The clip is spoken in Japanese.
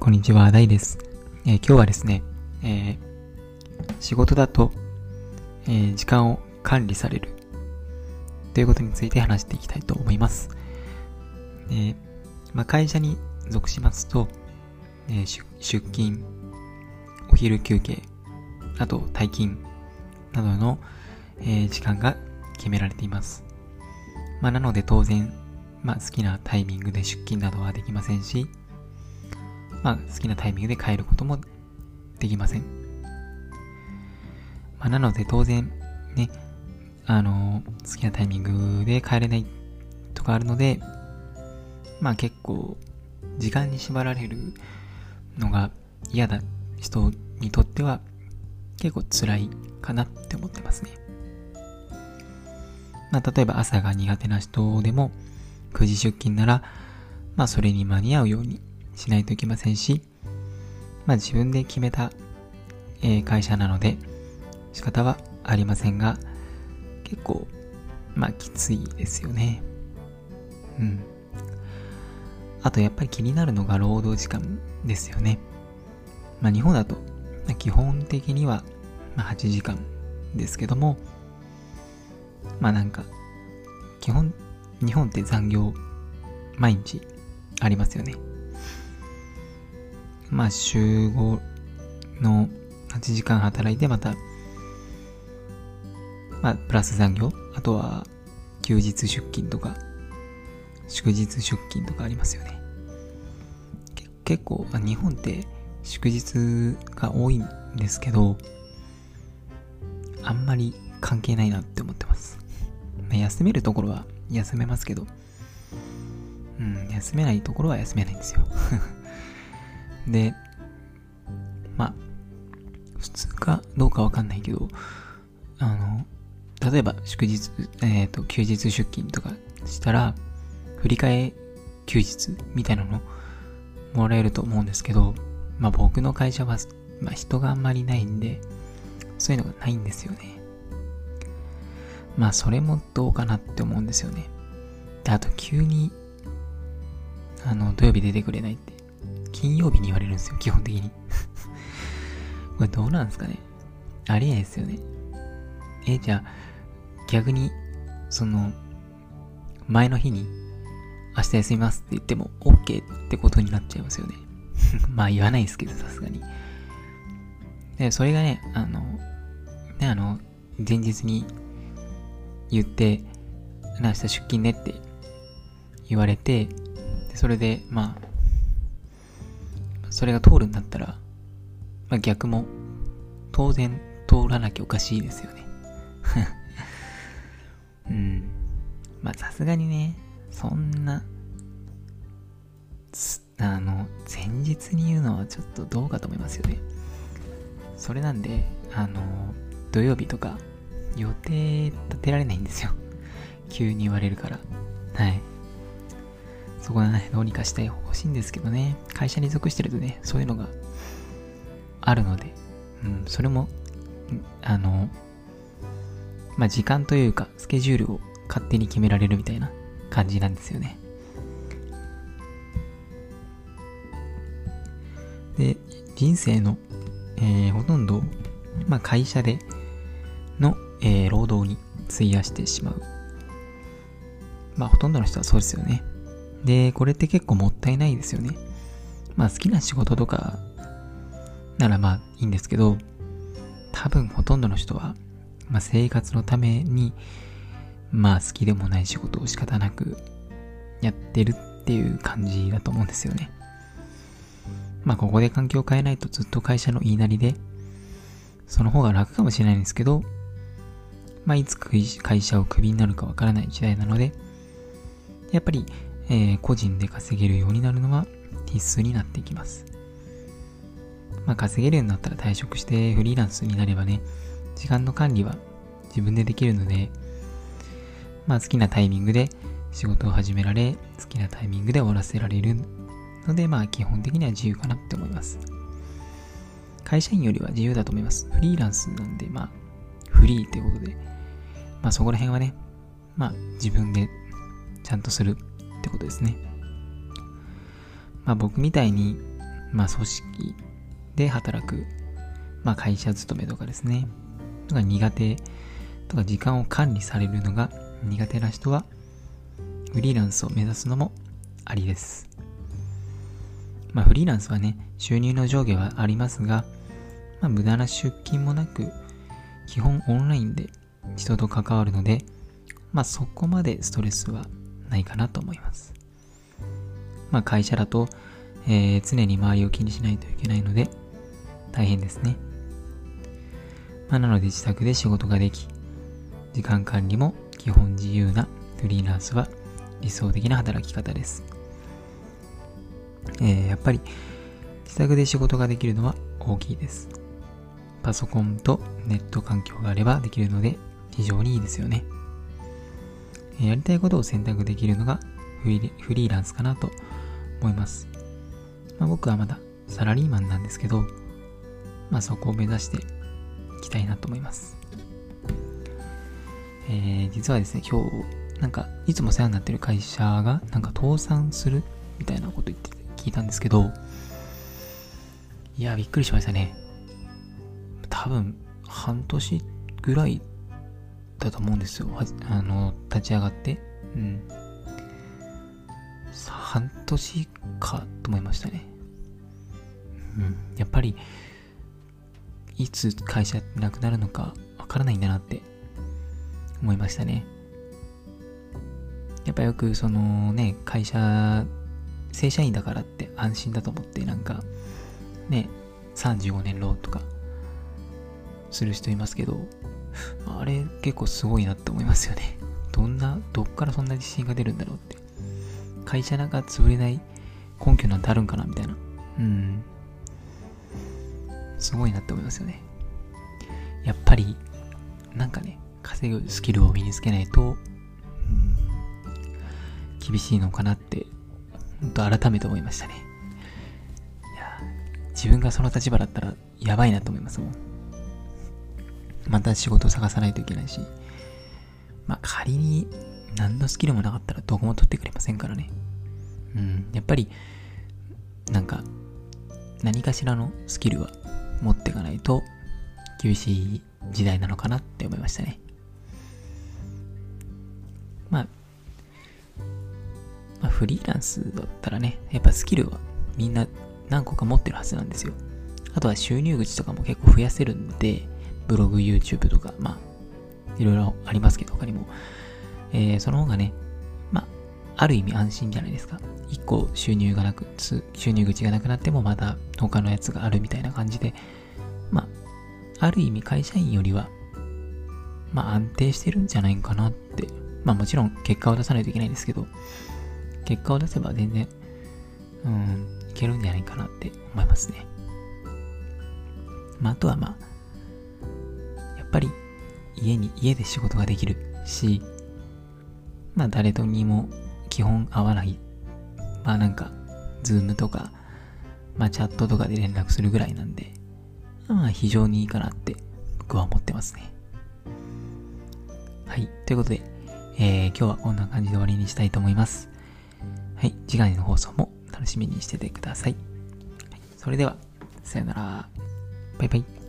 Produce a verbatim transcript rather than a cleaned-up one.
こんにちは、大です。えー、今日はですね、えー、仕事だと、えー、時間を管理されるということについて話していきたいと思います。えーまあ、会社に属しますと、えー、出勤、お昼休憩、あと退勤などの、えー、時間が決められています。まあ、なので当然、まあ、好きなタイミングで出勤などはできませんし、まあ、好きなタイミングで帰ることもできません。まあ、なので当然ね、あのー、好きなタイミングで帰れないとかあるので、まあ結構時間に縛られるのが嫌だ人にとっては結構辛いかなって思ってますね。まあ例えば朝が苦手な人でもくじ出勤なら、まあそれに間に合うようにしないといけませんし、まあ自分で決めた、えー、会社なので仕方はありませんが、結構まあきついですよね。うん。あとやっぱり気になるのが労働時間ですよね。まあ日本だと基本的にははちじかんですけども、まあなんか基本日本って残業毎日ありますよね。まあ週ごのはちじかん働いてまたまあプラス残業、あとは休日出勤とか祝日出勤とかありますよね。結構日本って祝日が多いんですけど、あんまり関係ないなって思ってます。まあ、休めるところは休めますけど、うん、休めないところは休めないんですよ。で、まあ普通かどうかわかんないけど、あの例えば祝日、えっと休日出勤とかしたら振り替え休日みたいなのもらえると思うんですけど、まあ僕の会社は、まあ、人があんまりないんでそういうのがないんですよね。まあそれもどうかなって思うんですよね。で、あと急にあの土曜日出てくれないって金曜日に言われるんですよ、基本的に。これどうなんですかね。ありえないですよね。え、じゃあ逆にその前の日に明日休みますって言っても OK ってことになっちゃいますよね。まあ言わないですけど、さすがに。で、それがね、あの、ね、あの、前日に言って、明日出勤ねって言われて、でそれで、まあ、それが通るんだったら、まあ逆も、当然通らなきゃおかしいですよね。うん。まあさすがにね、そんな、あの、前日に言うのはちょっとどうかと思いますよね。それなんで、あの、土曜日とか予定立てられないんですよ。急に言われるから。はい。そこはね、どうにかしてほしいんですけどね。会社に属してるとね、そういうのがあるので、うん、それも、あの、まあ、時間というか、スケジュールを勝手に決められるみたいな感じなんですよね。で、人生の、えー、ほとんど、まあ、会社での、えー、労働に費やしてしまう。まあ、ほとんどの人はそうですよね。で、これって結構もったいないですよね。まあ、好きな仕事とかならまあいいんですけど、多分ほとんどの人は、まあ、生活のために、まあ、好きでもない仕事を仕方なくやってるっていう感じだと思うんですよね。まあここで環境を変えないとずっと会社の言いなりで、その方が楽かもしれないんですけど、まあいつ会社をクビになるかわからない時代なので、やっぱり、えー、個人で稼げるようになるのは必須になっていきます。まあ稼げるようになったら退職してフリーランスになればね、時間の管理は自分でできるので、まあ好きなタイミングで仕事を始められ、好きなタイミングで終わらせられるので、まあ基本的には自由かなって思います。会社員よりは自由だと思います。フリーランスなんで、まあフリーということで、まあそこら辺はね、まあ自分でちゃんとするってことですね。まあ僕みたいに、 まあ組織で働く、まあ会社勤めとかですね、とか苦手とか時間を管理されるのが苦手な人はフリーランスを目指すのもありです。まあフリーランスはね、収入の上下はありますが、まあ無駄な出勤もなく、基本オンラインで人と関わるので、まあそこまでストレスはないかなと思います。まあ会社だと、えー、常に周りを気にしないといけないので大変ですね。まあなので自宅で仕事ができ、時間管理も基本自由なフリーランスは理想的な働き方です。えー、やっぱり自宅で仕事ができるのは大きいです。パソコンとネット環境があればできるので非常にいいですよね。えー、やりたいことを選択できるのがフリー、フリーランスかなと思います。まあ、僕はまだサラリーマンなんですけど、まあそこを目指していきたいなと思います。えー、実はですね、今日なんかいつも世話になってる会社がなんか倒産するみたいなこと言ってて聞いたんですけど、いやびっくりしましたね。多分半年ぐらいだと思うんですよ。あの立ち上がって、うん、半年かと思いましたね。うん、やっぱりいつ会社なくなるのかわからないんだなって思いましたね。やっぱよくそのね、会社正社員だからって安心だと思ってなんかねさんじゅうごねん労とかする人いますけど、あれ結構すごいなって思いますよね。どんなどっからそんな自信が出るんだろうって、会社なんか潰れない根拠なんてあるんかなみたいな、うんすごいなって思いますよね。やっぱりなんかね、稼ぐスキルを身につけないと、うん、厳しいのかなって本当改めて思いましたね。いや自分がその立場だったらやばいなと思いますもん。また仕事を探さないといけないし、まあ仮に何のスキルもなかったらどこも取ってくれませんからね。うん、やっぱりなんか何かしらのスキルは持っていかないと厳しい時代なのかなって思いましたね。まあ、まあ、フリーランスだったらね、やっぱスキルはみんな何個か持ってるはずなんですよ。あとは収入口とかも結構増やせるんで、ブログ、YouTube とか、まあ、いろいろありますけど、他にも。えー、その方がね、まあ、ある意味安心じゃないですか。一個収入がなく、収入口がなくなってもまた他のやつがあるみたいな感じで、まあ、ある意味会社員よりは、まあ安定してるんじゃないかなって。まあもちろん結果を出さないといけないんですけど、結果を出せば全然、うん、いけるんじゃないかなって思いますね。まああとはまあ、やっぱり家に、家で仕事ができるし、まあ誰とにも基本会わない。まあなんか、ズームとか、まあチャットとかで連絡するぐらいなんで、まあ非常にいいかなって僕は思ってますね。はい。ということで、えー、今日はこんな感じで終わりにしたいと思います。はい。次回の放送も楽しみにしててください。はい、それでは、さよなら。バイバイ。